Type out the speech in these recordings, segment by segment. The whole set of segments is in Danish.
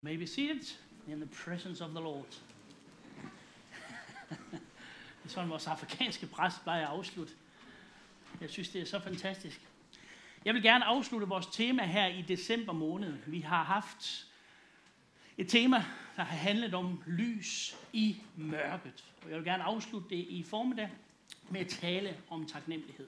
May be seated in the presence of the Lord. Det er sådan, vores afrikanske præst plejer at afslutte. Jeg synes, det er så fantastisk. Jeg vil gerne afslutte vores tema her i december måned. Vi har haft et tema, der har handlet om lys i mørket. Og jeg vil gerne afslutte det i formiddag med at tale om taknemmelighed.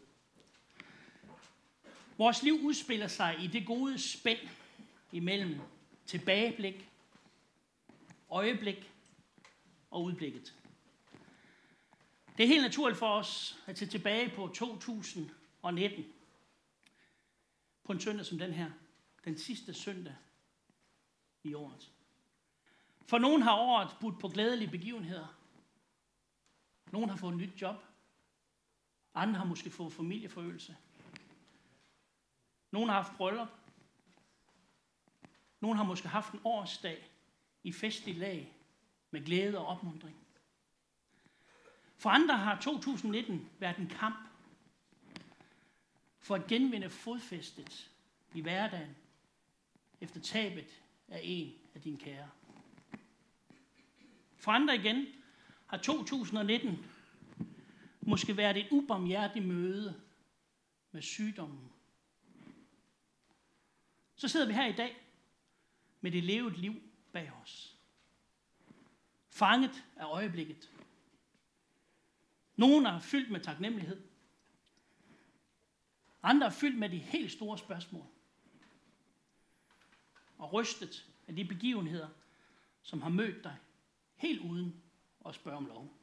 Vores liv udspiller sig i det gode spænd imellem tilbageblik, øjeblik og udblikket. Det er helt naturligt for os at se tilbage på 2019, på en søndag som den her, den sidste søndag i året. For nogen har året budt på glædelige begivenheder. Nogen har fået et nyt job. Andre har måske fået familieforøgelse. Nogen har haft bryllup. Nogen har måske haft en årsdag i festlig lag med glæde og opmuntring. For andre har 2019 været en kamp for at genvinde fodfæstet i hverdagen efter tabet af en af dine kære. For andre igen har 2019 måske været et ubarmhjertigt møde med sygdommen. Så sidder vi her i dag med det levede liv bag os. Fanget af øjeblikket. Nogle er fyldt med taknemmelighed. Andre er fyldt med de helt store spørgsmål. Og rystet af de begivenheder, som har mødt dig helt uden at spørge om lov.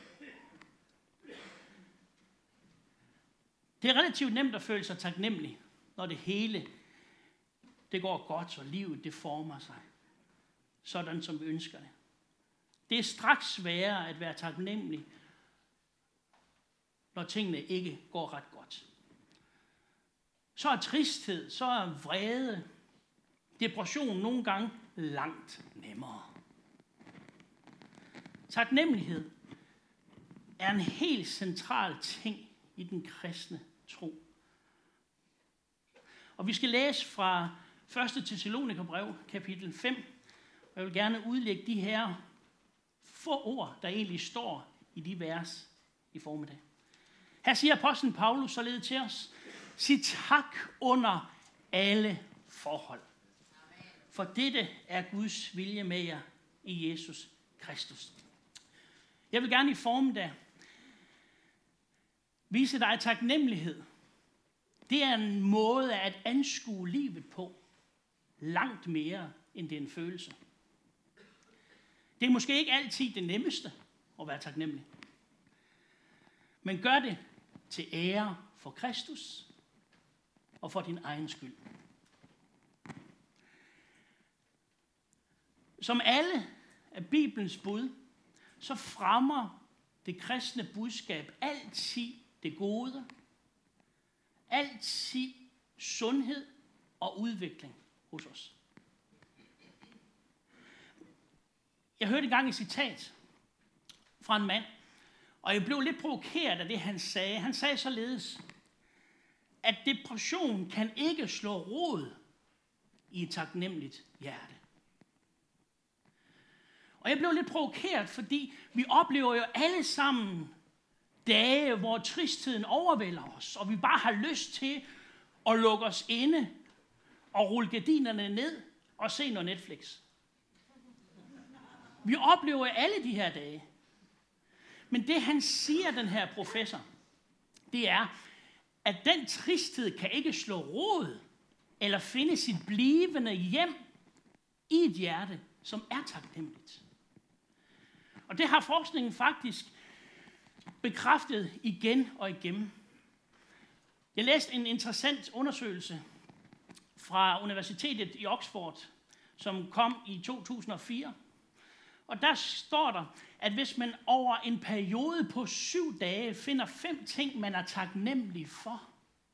Det er relativt nemt at føle sig taknemmelig, når det hele det går godt, og livet det former sig, sådan som vi ønsker det. Det er straks sværere at være taknemmelig, når tingene ikke går ret godt. Så er tristhed, så er vrede, depression nogle gange langt nemmere. Taknemmelighed er en helt central ting i den kristne tro. Og vi skal læse fra 1. Thessalonikerbrev, kapitel 5. Og jeg vil gerne udlægge de her få ord, der egentlig står i de vers i formiddag. Her siger apostlen Paulus således til os: sig tak under alle forhold. For dette er Guds vilje med jer i Jesus Kristus. Jeg vil gerne i formiddag vise dig taknemmelighed. Det er en måde at anskue livet på. Langt mere end det er en følelse. Det er måske ikke altid det nemmeste at være taknemmelig. Men gør det til ære for Kristus og for din egen skyld. Som alle af Bibelens bud, så fremmer det kristne budskab altid det gode, altid sundhed og udvikling hos os. Jeg hørte engang et citat fra en mand, og jeg blev lidt provokeret af det, han sagde. Han sagde således, at depression kan ikke slå rod i et taknemmeligt hjerte. Og jeg blev lidt provokeret, fordi vi oplever jo alle sammen dage, hvor tristheden overvælder os, og vi bare har lyst til at lukke os inde og rulle gardinerne ned og se noget Netflix. Vi oplever alle de her dage. Men det han siger, den her professor, det er, at den tristhed kan ikke slå rod eller finde sit blivende hjem i et hjerte, som er taknemmeligt. Og det har forskningen faktisk bekræftet igen og igen. Jeg læste en interessant undersøgelse fra Universitetet i Oxford, som kom i 2004. Og der står der, at hvis man over en periode på 7 dage finder 5 ting, man er taknemmelig for,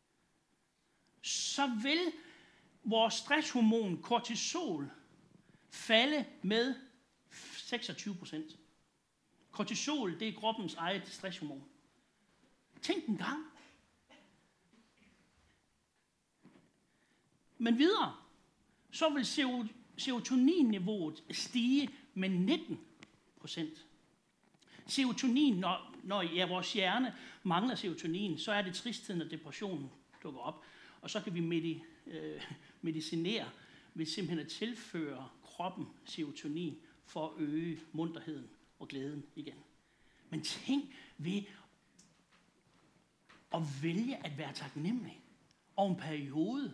så vil vores stresshormon kortisol falde med 26%. Kortisol, det er kroppens eget stresshormon. Tænk en gang. Men videre, så vil serotoninniveauet stige med 19%. Serotonin, når vores hjerne mangler serotonin, så er det tristheden og depressionen dukker op. Og så kan vi medicinere ved simpelthen at tilføre kroppen serotonin for at øge munterheden og glæden igen. Men tænk ved at vælge at være taknemmelig over en periode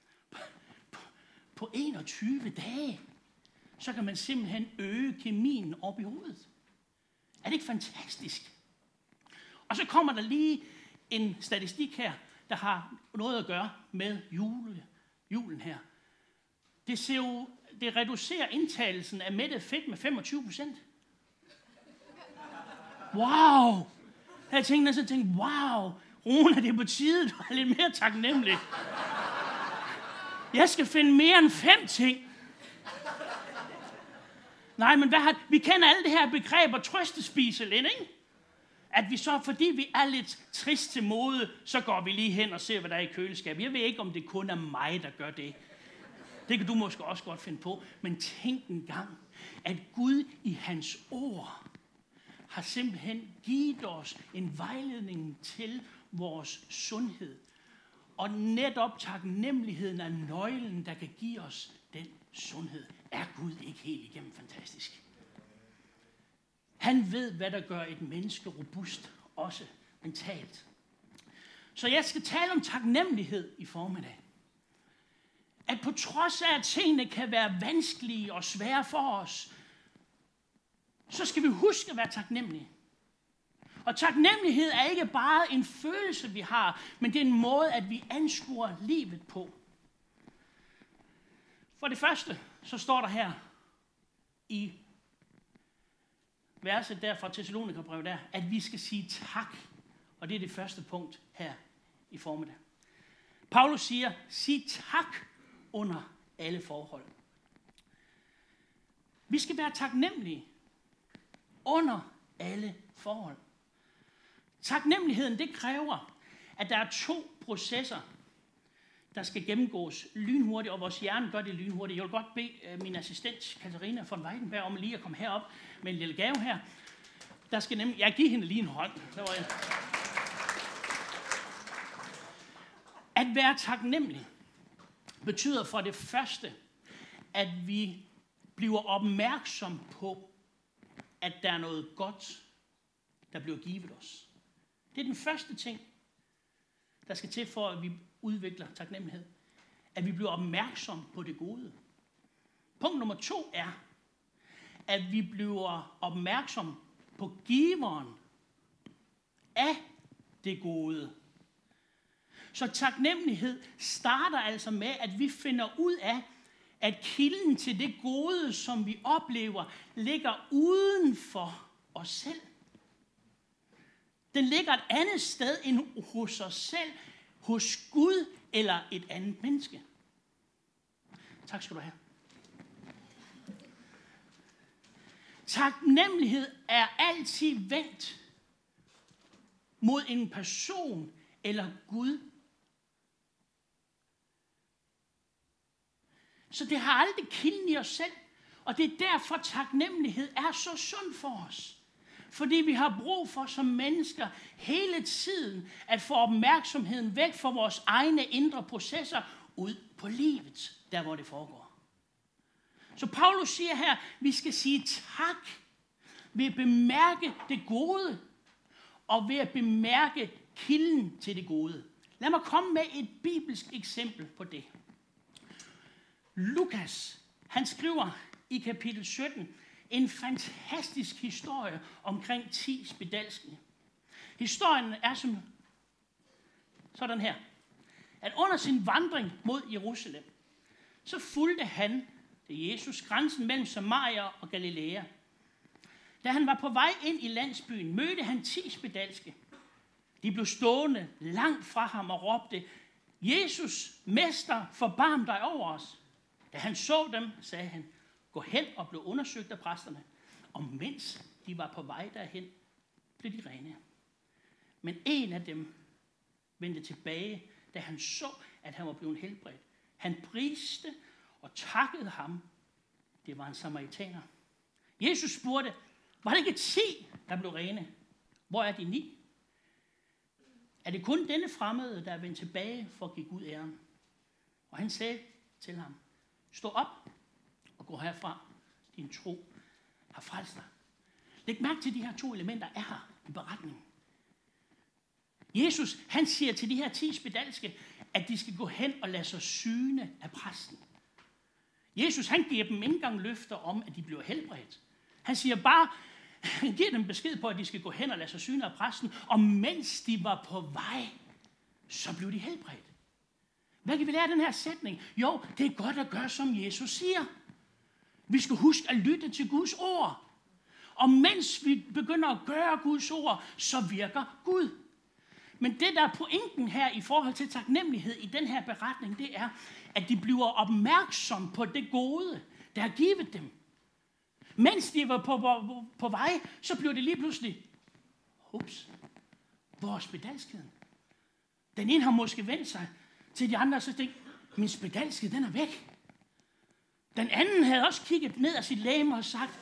på 21 dage, så kan man simpelthen øge kemien op i hovedet. Er det ikke fantastisk? Og så kommer der lige en statistik her, der har noget at gøre med julen her. Det reducerer indtagelsen af mættet fedt med 25%. Wow! Jeg tænkte, wow, Rune, det er på tide, du er lidt mere taknemmelig. Jeg skal finde mere end 5 ting. Nej, men vi kender alle det her begreber trøstespise lidt, ikke? At vi så, fordi vi er lidt trist til mode, så går vi lige hen og ser, hvad der er i køleskabet. Jeg ved ikke, om det kun er mig, der gør det. Det kan du måske også godt finde på. Men tænk en gang, at Gud i hans ord har simpelthen givet os en vejledning til vores sundhed. Og netop taknemmeligheden er nøglen, der kan give os den sundhed. Er Gud ikke helt igennem fantastisk? Han ved, hvad der gør et menneske robust, også mentalt. Så jeg skal tale om taknemmelighed i formiddag. At på trods af, at tingene kan være vanskelige og svære for os, så skal vi huske at være taknemmelige. Og taknemmelighed er ikke bare en følelse, vi har, men det er en måde, at vi anskuer livet på. For det første, så står der her i verset der fra Thessalonikerbrevet der, at vi skal sige tak. Og det er det første punkt her i formiddag. Paulus siger, sig tak under alle forhold. Vi skal være taknemmelige under alle forhold. Taknemmeligheden, det kræver, at der er 2 processer, der skal gennemgås lynhurtigt, og vores hjerne gør det lynhurtigt. Jeg vil godt bede min assistent, Katarina von Weidenberg, om lige at komme herop med en lille gave her. Der skal nemlig, jeg giver hende lige en hånd. At være taknemmelig betyder for det første, at vi bliver opmærksom på, at der er noget godt, der bliver givet os. Det er den første ting, der skal til for, at vi udvikler taknemmelighed. At vi bliver opmærksom på det gode. Punkt nummer 2 er, at vi bliver opmærksom på giveren af det gode. Så taknemmelighed starter altså med, at vi finder ud af, at kilden til det gode, som vi oplever, ligger uden for os selv. Den ligger et andet sted end hos os selv, hos Gud eller et andet menneske. Tak skal du have. Taknemmelighed er altid vendt mod en person eller Gud. Så det har aldrig kilden i os selv, og det er derfor taknemmelighed er så sund for os. Fordi vi har brug for som mennesker hele tiden at få opmærksomheden væk fra vores egne indre processer ud på livet, der hvor det foregår. Så Paulus siger her, vi skal sige tak ved at bemærke det gode, og ved at bemærke kilden til det gode. Lad mig komme med et bibelsk eksempel på det. Lukas, han skriver i kapitel 17, en fantastisk historie omkring 10 spedalske. Historien er som sådan her, at under sin vandring mod Jerusalem, så fulgte han, det er Jesus, grænsen mellem Samaria og Galilea. Da han var på vej ind i landsbyen, mødte han 10 spedalske. De blev stående langt fra ham og råbte, Jesus, mester, forbarm dig over os. Da han så dem, sagde han, gå hen og blev undersøgt af præsterne. Og mens de var på vej derhen, blev de rene. Men en af dem vendte tilbage, da han så, at han var blevet helbredt. Han priste og takkede ham Det var en samaritaner. Jesus spurgte, var det ikke 10, der blev rene? Hvor er de 9? Er det kun denne fremmede, der er vendt tilbage for at give Gud æren? Og han sagde til ham, stå op og gå herfra. Din tro har frelst dig. Læg mærke til, de her 2 elementer er her i beretningen. Jesus, han siger til de her 10 spedalske, at de skal gå hen og lade sig syne af præsten. Jesus, han giver dem ikke engang løfter om, at de bliver helbredt. Han siger bare, han giver dem besked på, at de skal gå hen og lade sig syne af præsten, og mens de var på vej, så blev de helbredt. Hvad kan vi lære af den her sætning? Jo, det er godt at gøre, som Jesus siger. Vi skal huske at lytte til Guds ord. Og mens vi begynder at gøre Guds ord, så virker Gud. Men det, der er pointen her i forhold til taknemmelighed i den her beretning, det er, at de bliver opmærksom på det gode, der er givet dem. Mens de var på vej, så blev det lige pludselig, hvor er spedalskheden? Den ene har måske vendt sig til de andre, og så tænkte, min spedalskhed, den er væk. Den anden havde også kigget ned af sit legeme og sagt,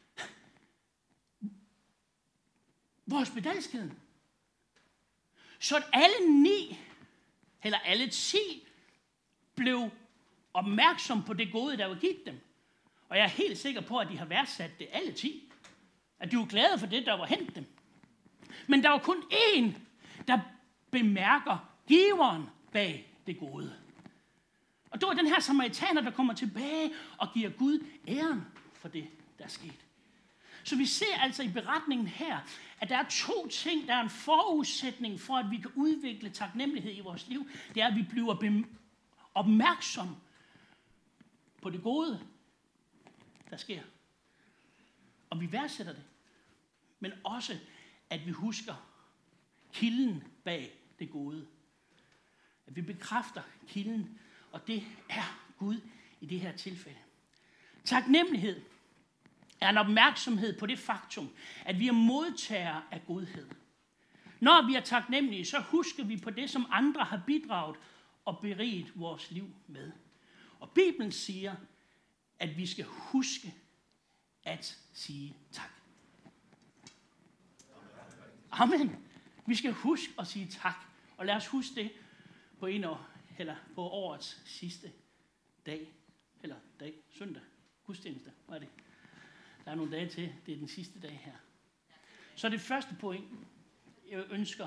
hvor er spedalskheden? Så at alle 9, eller alle 10, blev opmærksom på det gode, der var givet dem. Og jeg er helt sikker på, at de har værdsat det, alle 10. At de var glade for det, der var hent dem. Men der var kun én, der bemærker giveren bag det gode. Og det var den her samaritaner, der kommer tilbage og giver Gud æren for det, der er sket. Så vi ser altså i beretningen her, at der er 2 ting, der er en forudsætning for, at vi kan udvikle taknemmelighed i vores liv. Det er, at vi bliver opmærksom på det gode, der sker. Og vi værdsætter det. Men også, at vi husker kilden bag det gode. At vi bekræfter kilden, og det er Gud i det her tilfælde. Taknemmelighed er en opmærksomhed på det faktum, at vi er modtagere af godhed. Når vi er taknemmelige, så husker vi på det, som andre har bidraget og beriget vores liv med. Og Bibelen siger, at vi skal huske at sige tak. Amen. Vi skal huske at sige tak. Og lad os huske det på årets sidste dag. Eller dag, søndag, gudstjeneste. Hvad er det? Der er nogle dage til, det er den sidste dag her. Så det første point, jeg ønsker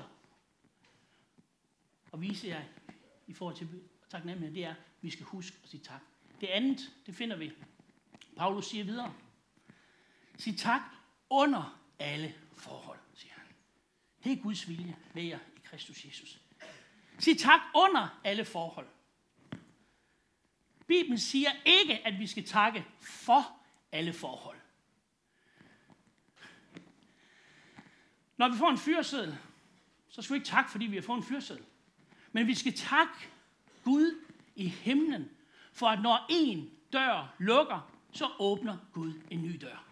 at vise jer i forhold til taknemmelighed, det er, at vi skal huske at sige tak. Det andet, det finder vi. Paulus siger videre. Sig tak under alle forhold, siger han. Det er Guds vilje ved jer i Kristus Jesus. Sig tak under alle forhold. Bibelen siger ikke, at vi skal takke for alle forhold. Når vi får en fyreseddel, så skal vi ikke takke, fordi vi har fået en fyreseddel. Men vi skal takke Gud i himlen, for at når en dør lukker, så åbner Gud en ny dør.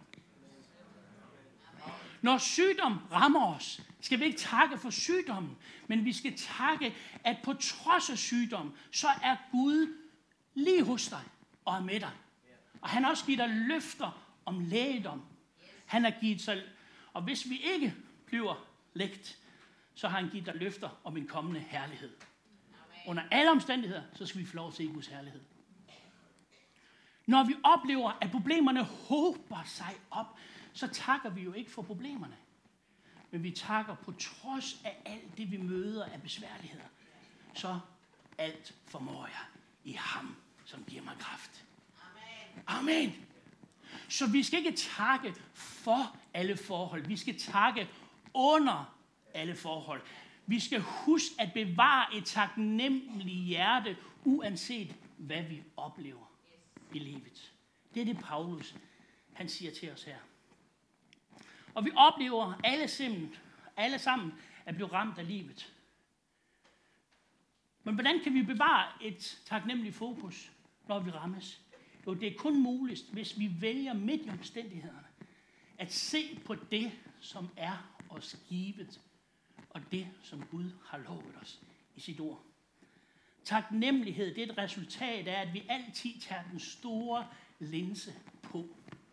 Når sygdom rammer os, skal vi ikke takke for sygdommen, men vi skal takke, at på trods af sygdom, så er Gud lige hos dig og er med dig. Og han har også givet dig løfter om lægedom. Han har givet sig, og hvis vi ikke bliver lægt, så har han givet dig løfter om en kommende herlighed. Under alle omstændigheder, så skal vi få lov at se Guds herlighed. Når vi oplever, at problemerne hober sig op, så takker vi jo ikke for problemerne. Men vi takker på trods af alt det, vi møder af besværligheder. Så alt formår jeg i ham, som giver mig kraft. Amen. Amen. Så vi skal ikke takke for alle forhold. Vi skal takke under alle forhold. Vi skal huske at bevare et taknemmeligt hjerte, uanset hvad vi oplever i livet. Det er det, Paulus han siger til os her. Og vi oplever alle sammen at blive ramt af livet. Men hvordan kan vi bevare et taknemmeligt fokus, når vi rammes? Jo, det er kun muligt, hvis vi vælger midt i omstændighederne at se på det, som er os givet, og det, som Gud har lovet os i sit ord. Taknemmelighed, det er et resultat af, at vi altid tager den store linse på.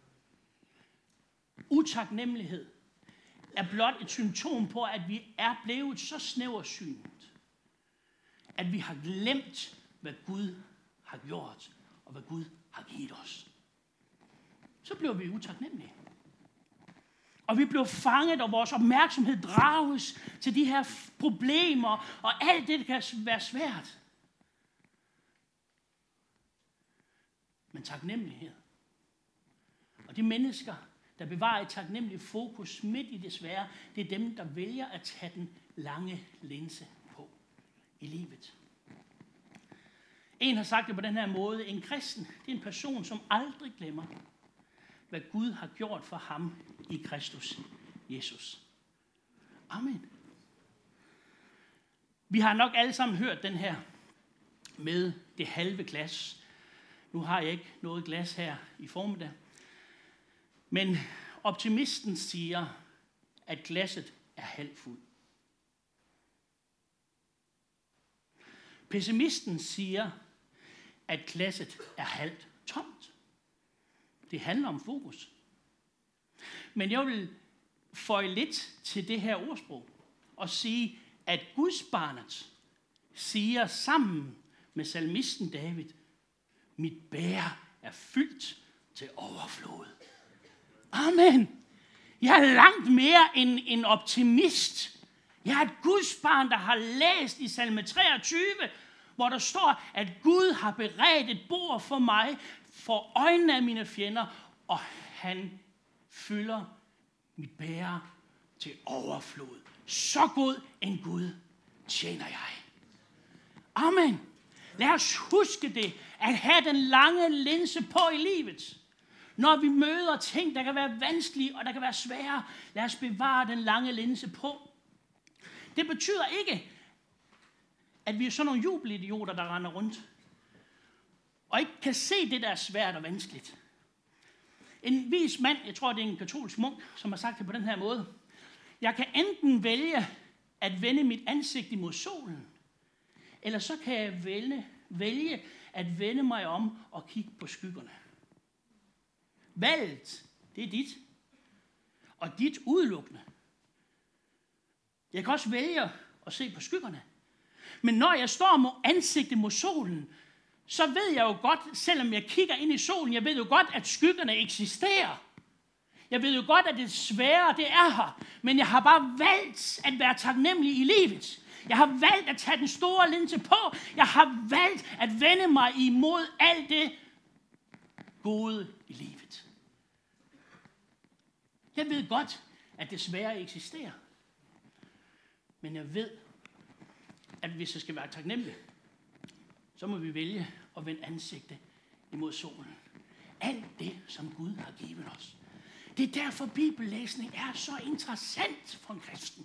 Utaknemmelighed er blot et symptom på, at vi er blevet så snæversynet, at vi har glemt, hvad Gud har gjort, og hvad Gud har givet os. Så bliver vi utaknemmelige. Og vi bliver fanget, og vores opmærksomhed drages til de her problemer, og alt det kan være svært. Men taknemmelighed. Og de mennesker, der bevarer et taknemmeligt fokus midt i det svære, det er dem, der vælger at tage den lange linse på i livet. En har sagt det på den her måde: en kristen, det er en person, som aldrig glemmer, hvad Gud har gjort for ham i Kristus Jesus. Amen. Vi har nok alle sammen hørt den her med det halve glas. Nu har jeg ikke noget glas her i formiddag. Men optimisten siger, at glasset er halvt fuld. Pessimisten siger, at glasset er halvt tomt. Det handler om fokus. Men jeg vil føje lidt til det her ordsprog og sige, at Guds barnet siger sammen med salmisten David: mit bæger er fyldt til overflod. Amen. Jeg er langt mere end en optimist. Jeg er et Guds barn, der har læst i salme 23, hvor der står, at Gud har beredt et bord for mig for øjnene af mine fjender, og han fylder mit bæger til overflod. Så god en Gud tjener jeg. Amen. Lad os huske det, at have den lange linse på i livet. Når vi møder ting, der kan være vanskelige og der kan være svære, lad os bevare den lange linse på. Det betyder ikke, at vi er sådan nogle jubelidioter, der render rundt og ikke kan se det, der er svært og vanskeligt. En vis mand, jeg tror, det er en katolsk munk, som har sagt det på den her måde: jeg kan enten vælge at vende mit ansigt imod solen, eller så kan jeg vælge at vende mig om og kigge på skyggerne. Valget, det er dit. Og dit udelukkende. Jeg kan også vælge at se på skyggerne. Men når jeg står med ansigtet mod solen, så ved jeg jo godt, selvom jeg kigger ind i solen, jeg ved jo godt, at skyggerne eksisterer. Jeg ved jo godt, at det svære, det er her. Men jeg har bare valgt at være taknemmelig i livet. Jeg har valgt at tage den store linse på. Jeg har valgt at vende mig imod alt det gode i livet. Jeg ved godt, at det svære eksisterer. Men jeg ved, at hvis jeg skal være taknemmelig, så må vi vælge at vende ansigtet imod solen. Alt det, som Gud har givet os. Det er derfor, bibellæsning er så interessant for en kristen.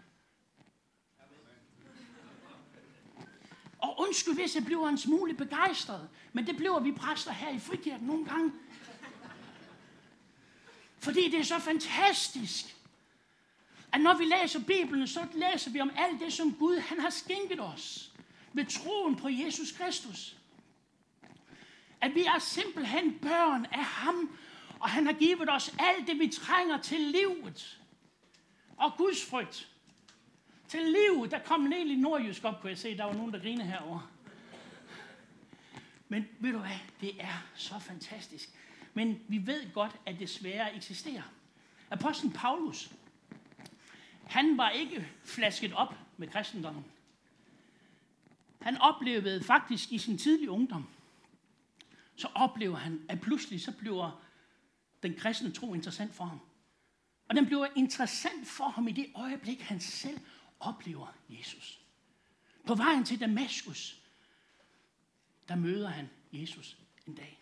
Og undskyld, hvis jeg bliver en smule begejstret, men det bliver vi præster her i Frikirken nogle gange. Fordi det er så fantastisk, at når vi læser Bibelen, så læser vi om alt det, som Gud han har skænket os ved troen på Jesus Kristus. At vi er simpelthen børn af ham, og han har givet os alt det, vi trænger til livet. Og Guds frygt. Til livet, der kom en egentlig nordjysk op, kunne jeg se, der var nogen, der griner herovre. Men ved du hvad, det er så fantastisk. Men vi ved godt, at det svære eksisterer. Apostlen Paulus, han var ikke flasket op med kristendommen. Han oplevede faktisk i sin tidlige ungdom, så oplever han, at pludselig så bliver den kristne tro interessant for ham. Og den bliver interessant for ham i det øjeblik, han selv oplever Jesus. På vejen til Damaskus, der møder han Jesus en dag.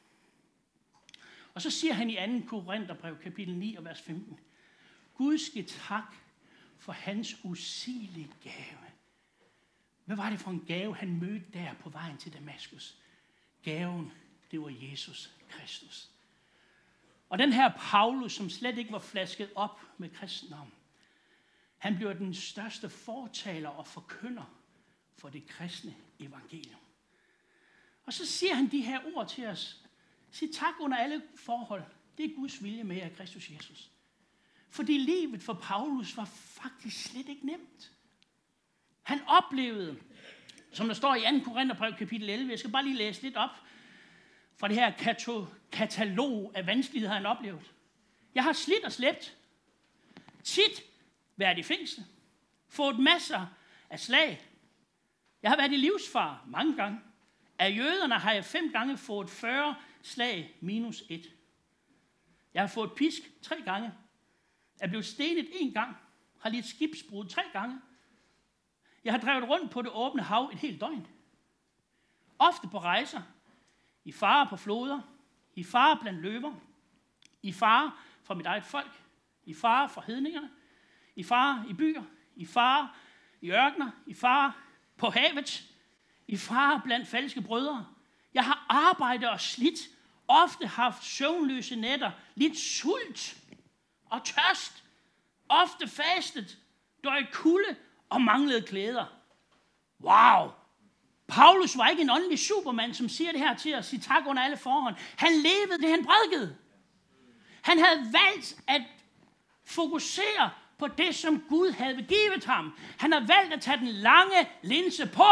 Og så siger han i 2. Korintherbrev, kapitel 9 og vers 15, Gud skal tak for hans usigelige gave. Hvad var det for en gave, han mødte der på vejen til Damaskus? Gaven, det var Jesus Kristus. Og den her Paulus, som slet ikke var flasket op med kristendom, han blev den største fortaler og forkynder for det kristne evangelium. Og så siger han de her ord til os Sig tak under alle forhold. Det er Guds vilje med jer, Kristus Jesus. Fordi livet for Paulus var faktisk slet ikke nemt. Han oplevede, som der står i 2. Korintherbrev kapitel 11, jeg skal bare lige læse lidt op fra det her katalog af vanskeligheder, han oplevede. Jeg har slidt og slæbt, tit været i fængsel, fået masser af slag. Jeg har været i livsfare mange gange. Af jøderne har jeg 5 gange fået 40 slag minus 1. Jeg har fået pisk 3 gange. Jeg blev stenet 1 gang. Har lidt skibsbrud 3 gange. Jeg har drevet rundt på det åbne hav et helt døgn. Ofte på rejser. I fare på floder. I fare blandt løver. I fare for mit eget folk. I fare for hedningerne. I fare i byer. I fare i ørkener. I fare på havet. I fare blandt falske brødre. Jeg har arbejdet og slidt. Ofte haft søvnløse nætter. Lidt sult og tørst. Ofte fastet. Døjet kulde og manglede klæder. Wow! Paulus var ikke en åndelig supermand, som siger det her til at sige tak under alle forhold. Han levede det, han prædikede. Han havde valgt at fokusere på det, som Gud havde givet ham. Han har valgt at tage den lange linse på.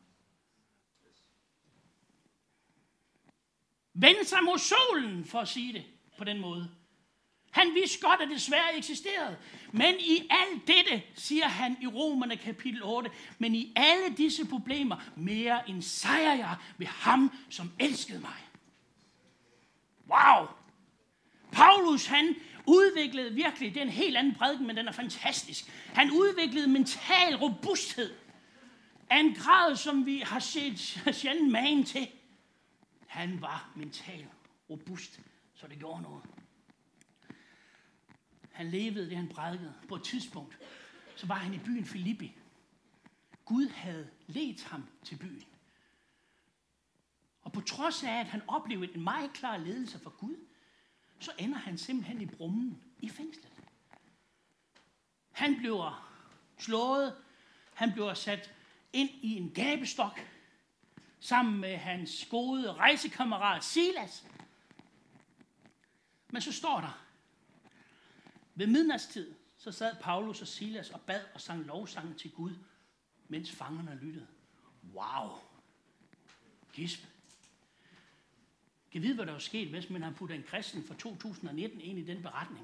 Vende sig mod solen, for at sige det på den måde. Han vidste godt, at det svære eksisterede. Men i alt dette, siger han i Romerne kapitel 8, men i alle disse problemer, mere end sejrer jeg ved ham, som elskede mig. Wow! Paulus, han udviklede virkelig, det er en helt anden prædiken, men den er fantastisk. Han udviklede mental robusthed af en grad, som vi har set sjældent magen til. Han var mentalt robust, så det gjorde noget. Han levede det, han prædikede. På et tidspunkt, så var han i byen Filippi. Gud havde ledt ham til byen. Og på trods af, at han oplevede en meget klar ledelse fra Gud, så ender han simpelthen i brummen i fængslet. Han bliver slået. Han bliver sat ind i en gabestok sammen med hans gode rejsekammerat Silas. Men så står der, ved midnatstid, så sad Paulus og Silas og bad og sang lovsange til Gud, mens fangerne lyttede. Wow! Gisp. Kan vide, hvad der var sket, hvis man har puttet en kristen fra 2019 ind i den beretning?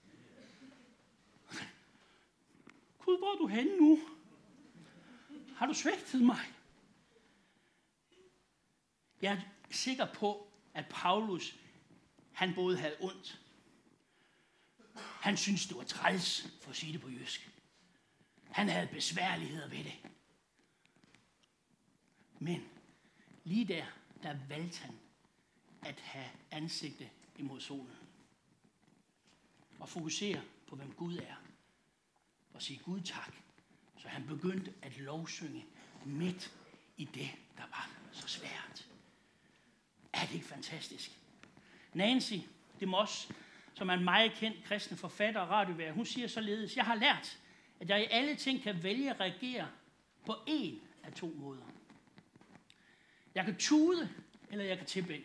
Gud, hvor er du henne nu? Har du svigtet mig? Jeg er sikker på, at Paulus, han både havde ondt. Han syntes, det var træls, for at sige det på jysk. Han havde besværligheder ved det. Men lige der valgte han at have ansigtet imod solen. Og fokusere på, hvem Gud er. Og sige Gud tak. Så han begyndte at lovsynge midt i det, der var så svært. Er det ikke fantastisk? Nancy DeMoss, som er en meget kendt kristen forfatter og radiovært, hun siger således, jeg har lært, at jeg i alle ting kan vælge at reagere på en af 2 måder. Jeg kan tude, eller jeg kan tilbede.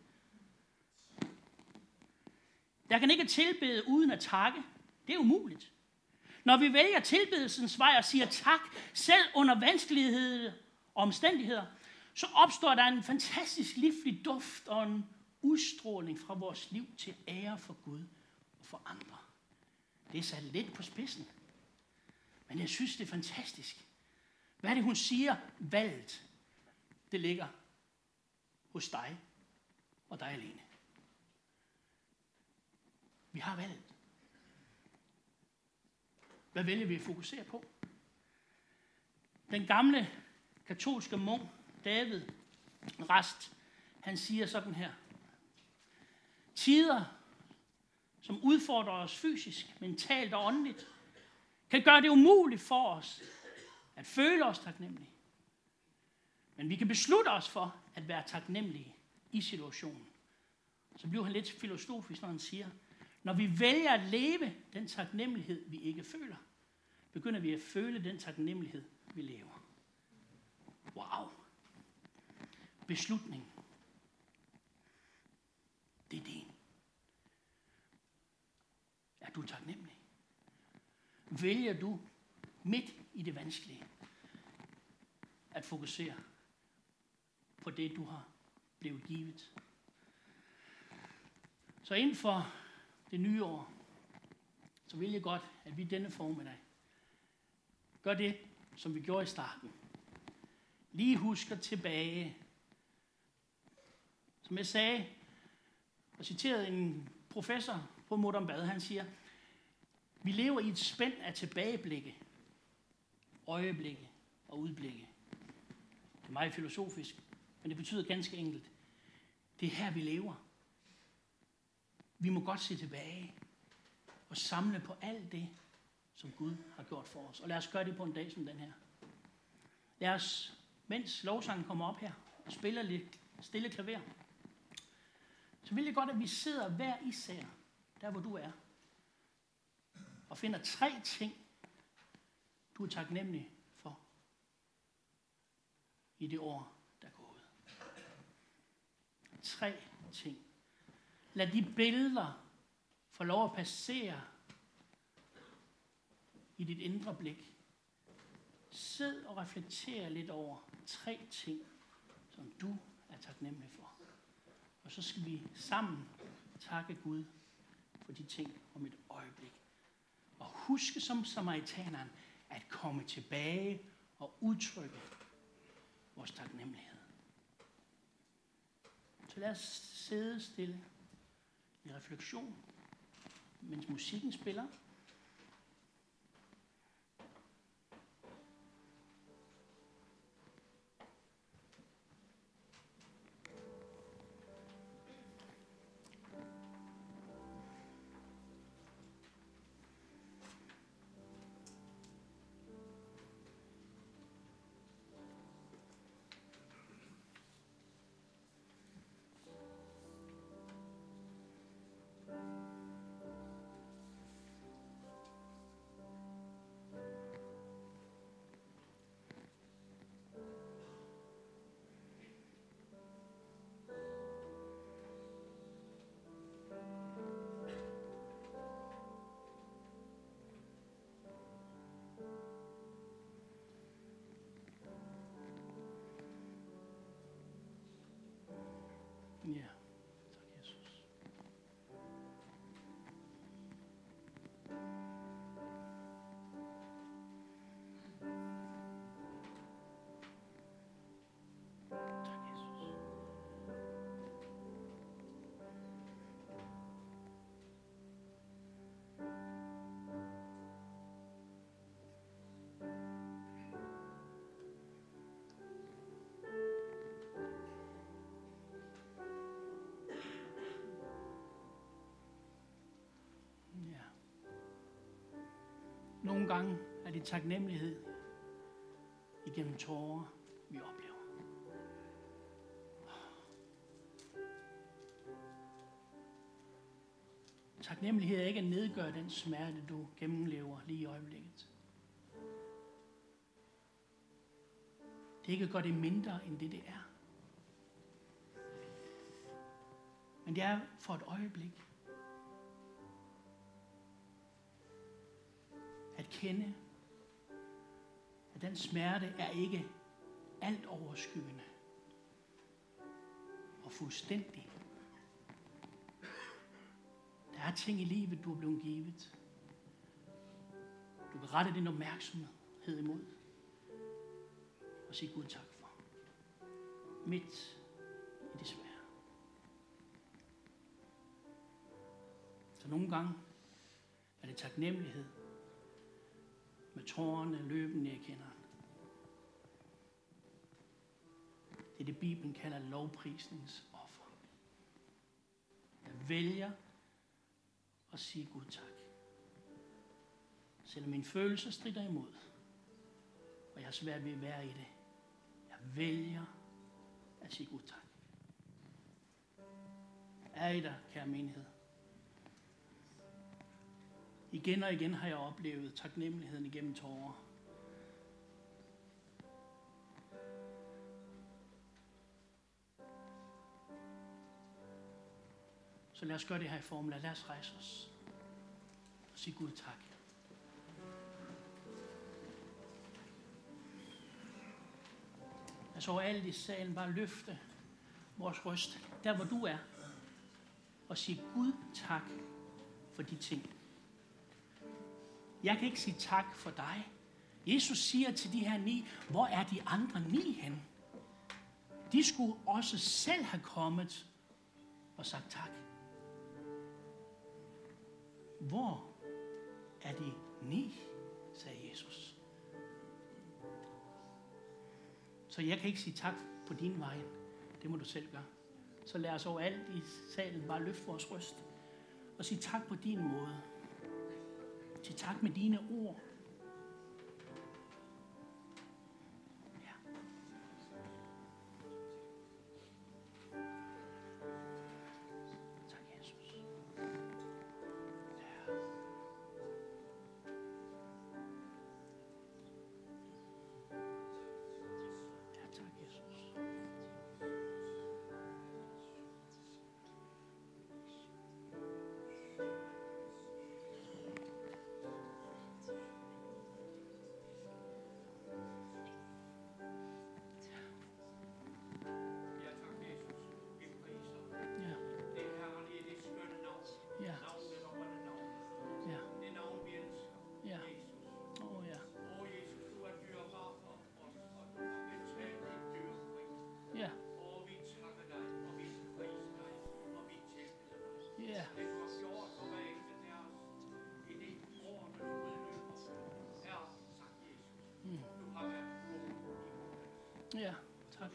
Jeg kan ikke tilbede uden at takke. Det er umuligt. Når vi vælger tilbedelsens vej og siger tak, selv under vanskeligheder og omstændigheder, så opstår der en fantastisk livlig duft og en udstråling fra vores liv til ære for Gud og for andre. Det er sat lidt på spidsen. Men jeg synes, det er fantastisk. Hvad er det, hun siger? Valget, det ligger hos dig og dig alene. Vi har valget. Hvad vælger vi at fokusere på? Den gamle katolske munk, David Rast, han siger sådan her. Tider, som udfordrer os fysisk, mentalt og åndeligt, kan gøre det umuligt for os at føle os taknemmelige. Men vi kan beslutte os for at være taknemmelige i situationen. Så bliver han lidt filosofisk, når han siger, når vi vælger at leve den taknemmelighed, vi ikke føler, begynder vi at føle den taknemmelighed, vi lever. Wow. Beslutning. Det er din. Er du taknemmelig? Vælger du midt i det vanskelige at fokusere på det, du har blevet givet? Så inden for det nye år, så vil jeg godt, at vi denne formiddag gør det, som vi gjorde i starten. Lige husker tilbage. Som jeg sagde, og citerede en professor på Modern Bad, han siger, vi lever i et spænd af tilbageblikke, øjeblikke og udblikke. Det er meget filosofisk, men det betyder ganske enkelt, det er her, vi lever. Vi må godt se tilbage og samle på alt det, som Gud har gjort for os. Og lad os gøre det på en dag som den her. Lad os, mens lovsangen kommer op her og spiller lidt stille klaver, så vil jeg godt, at vi sidder hver især, der hvor du er, og finder 3 ting, du er taknemmelig for i det år, der er gået. 3 ting. Lad de billeder få lov at passere i dit indre blik. Sid og reflekter lidt over 3 ting, som du er taknemmelig for. Og så skal vi sammen takke Gud for de ting om et øjeblik. Og huske som samaritaneren at komme tilbage og udtrykke vores taknemmelighed. Så lad os sidde stille i refleksion, mens musikken spiller. Ja, tak Jesus. Tak Jesus. Ja. Nogle gange er det taknemmelighed igennem tårer, vi oplever. Taknemmelighed er ikke at nedgøre den smerte, du gennemlever lige i øjeblikket. Det er ikke at gøre det mindre, end det er. Men det er for et øjeblik. At kende, at den smerte er ikke alt overskyggende og fuldstændig. Der er ting i livet, du er blevet givet. Du kan rette din opmærksomhed imod og sige Gud tak for. Midt i det svære. Så nogle gange er det taknemmelighed med tårerne løbende ned i kinderne. Det er det, Bibelen kalder lovprisningsoffer. Jeg vælger at sige Gud tak. Selvom mine følelser strider imod, og jeg har svært ved at være i det. Jeg vælger at sige Gud tak. Er I der, kære menighed? Igen og igen har jeg oplevet taknemmeligheden igennem tårer. Så lad os gøre det her i formel. Lad os rejse os og sige Gud tak. Altså overalt i salen, bare løfte vores røst, der hvor du er, og sige Gud tak for de ting. Jeg kan ikke sige tak for dig. Jesus siger til de her 9, hvor er de andre 9 hen? De skulle også selv have kommet og sagt tak. Hvor er de 9, sagde Jesus. Så jeg kan ikke sige tak på din vej. Det må du selv gøre. Så lad os overalt i salen bare løfte vores røst og sige tak på din måde. Sig tak med dine ord. Ja. Tak, Jesus. Ja. Ja, tak, Jesus. Ja, tak.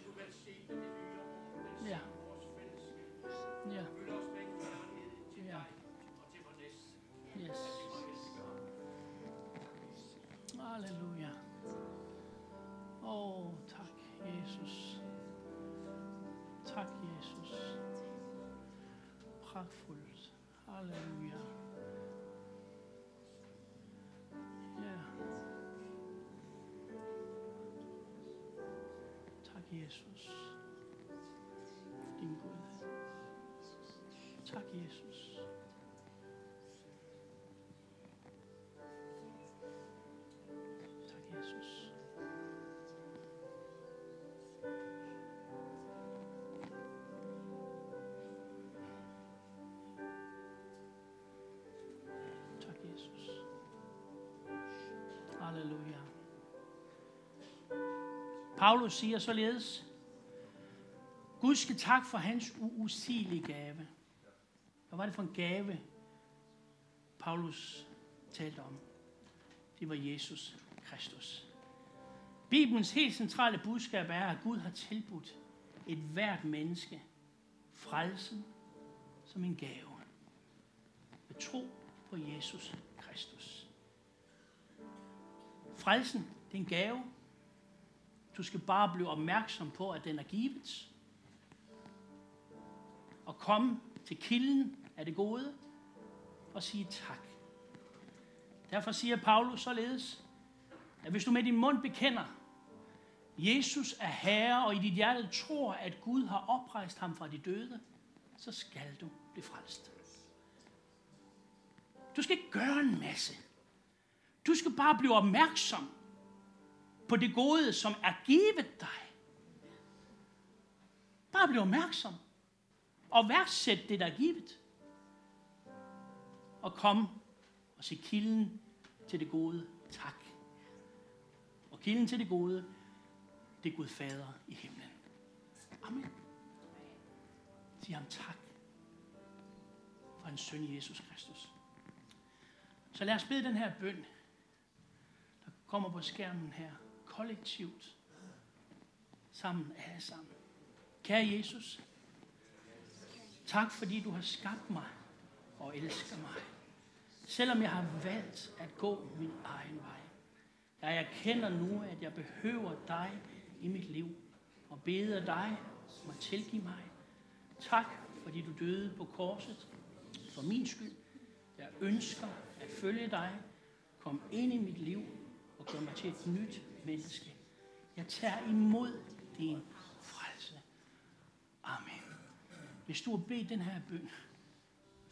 Ja. Ja. Ja. Yes. Halleluja. Tak, Jesus. Tak, Jesus. Pragtfuldt. Halleluja. Ja. Tak, Jesus. Din Gud. Tak, Jesus. Tak, Jesus. Tak, Jesus. Halleluja. Paulus siger således, Gud skal tak for hans uudsigelige gave. Hvad var det for en gave, Paulus talte om? Det var Jesus Kristus. Bibelens helt centrale budskab er, at Gud har tilbudt et hvert menneske frelsen som en gave. Ved tro på Jesus Kristus. Frelsen, det er en gave. Du skal bare blive opmærksom på, at den er givet. Og komme til kilden af det gode og sige tak. Derfor siger Paulus således, at hvis du med din mund bekender, Jesus er Herre, og i dit hjerte tror, at Gud har oprejst ham fra de døde, så skal du blive frelst. Du skal ikke gøre en masse. Du skal bare blive opmærksom på det gode, som er givet dig. Bare blive opmærksom. Og værdsæt det, der er givet. Og kom og se kilden til det gode. Tak. Og kilden til det gode, det er Gud Fader i himlen. Amen. Sig ham tak for hans søn Jesus Kristus. Så lad os bede den her bøn, der kommer på skærmen her, kollektivt, sammen, alle sammen. Kære Jesus, tak fordi du har skabt mig og elsker mig, selvom jeg har valgt at gå min egen vej. Jeg erkender nu, at jeg behøver dig i mit liv, og beder dig om at tilgive mig. Tak, fordi du døde på korset for min skyld. Jeg ønsker at følge dig. Kom ind i mit liv og gør mig til et nyt menneske. Jeg tager imod din frelse. Amen. Hvis du har bedt den her bøn,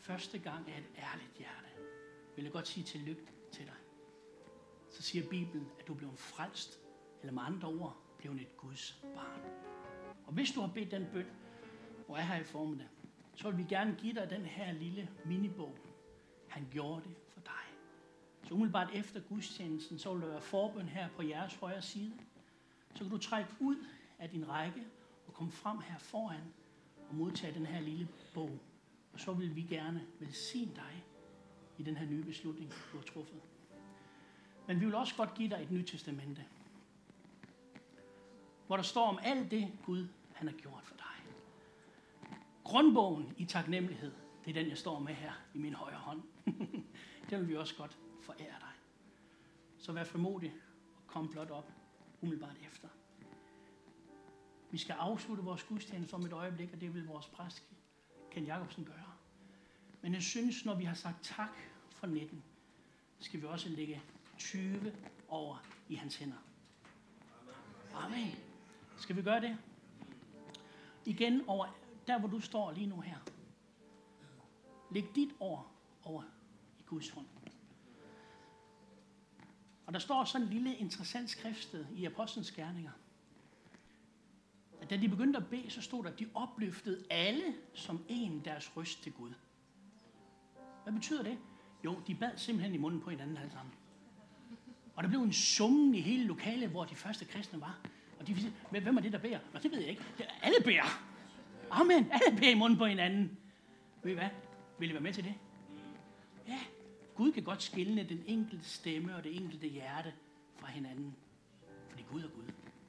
første gang af et ærligt hjerte, vil jeg godt sige tillykke til dig. Så siger Bibelen, at du er blevet frelst, eller med andre ord, blevet et Guds barn. Og hvis du har bedt den bøn, og er her i formiddag, så vil vi gerne give dig den her lille minibog. Han gjorde det for dig. Så umiddelbart efter gudstjenesten, så vil der være forbøn her på jeres højre side. Så kan du trække ud af din række og komme frem her foran og modtage den her lille bog. Og så vil vi gerne velsigne dig i den her nye beslutning, du har truffet. Men vi vil også godt give dig et nyt testamente, hvor der står om alt det, Gud han har gjort for dig. Grundbogen i taknemmelighed, det er den, jeg står med her i min højre hånd. Den vil vi også godt forære dig. Så vær frimodig og kom blot op umiddelbart efter. Vi skal afslutte vores gudstjeneste om et øjeblik, og det vil vores præst, Ken Jacobsen, gøre. Men jeg synes, når vi har sagt tak for 19, skal vi også lægge 20 over i hans hænder. Amen. Skal vi gøre det? Igen over der, hvor du står lige nu her. Læg dit år over i Guds hånd. Og der står sådan en lille interessant skriftsted i Apostlenes Gerninger. At da de begyndte at bede, så stod der, at de opløftede alle som en deres røst til Gud. Hvad betyder det? Jo, de bad simpelthen i munden på hinanden alle sammen. Og der blev en summen i hele lokalet, hvor de første kristne var. Og de ville sige, hvem er det, der beder? Nå, det ved jeg ikke. Alle beder. Amen. Alle beder i munden på hinanden. Ved I hvad? Vil I være med til det? Ja. Gud kan godt skille den enkelte stemme og det enkelte hjerte fra hinanden. Fordi Gud er Gud.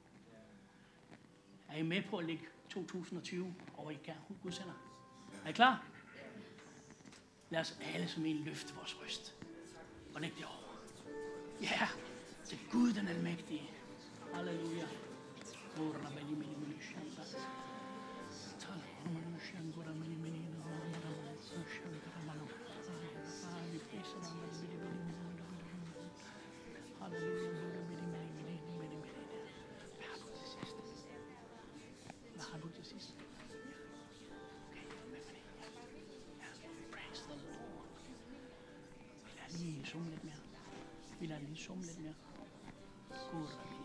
Er I med på at lægge 2020 over i Guds hænder? Er I klar? Lad os alle som en løfte vores røst. Og læg det over. Ja, til Gud den almægtige. Halleluja. Hvad har du til sidst? Okay, hvad for det? Ja, praise the Lord. Vi lader lige summe lidt mere. Gud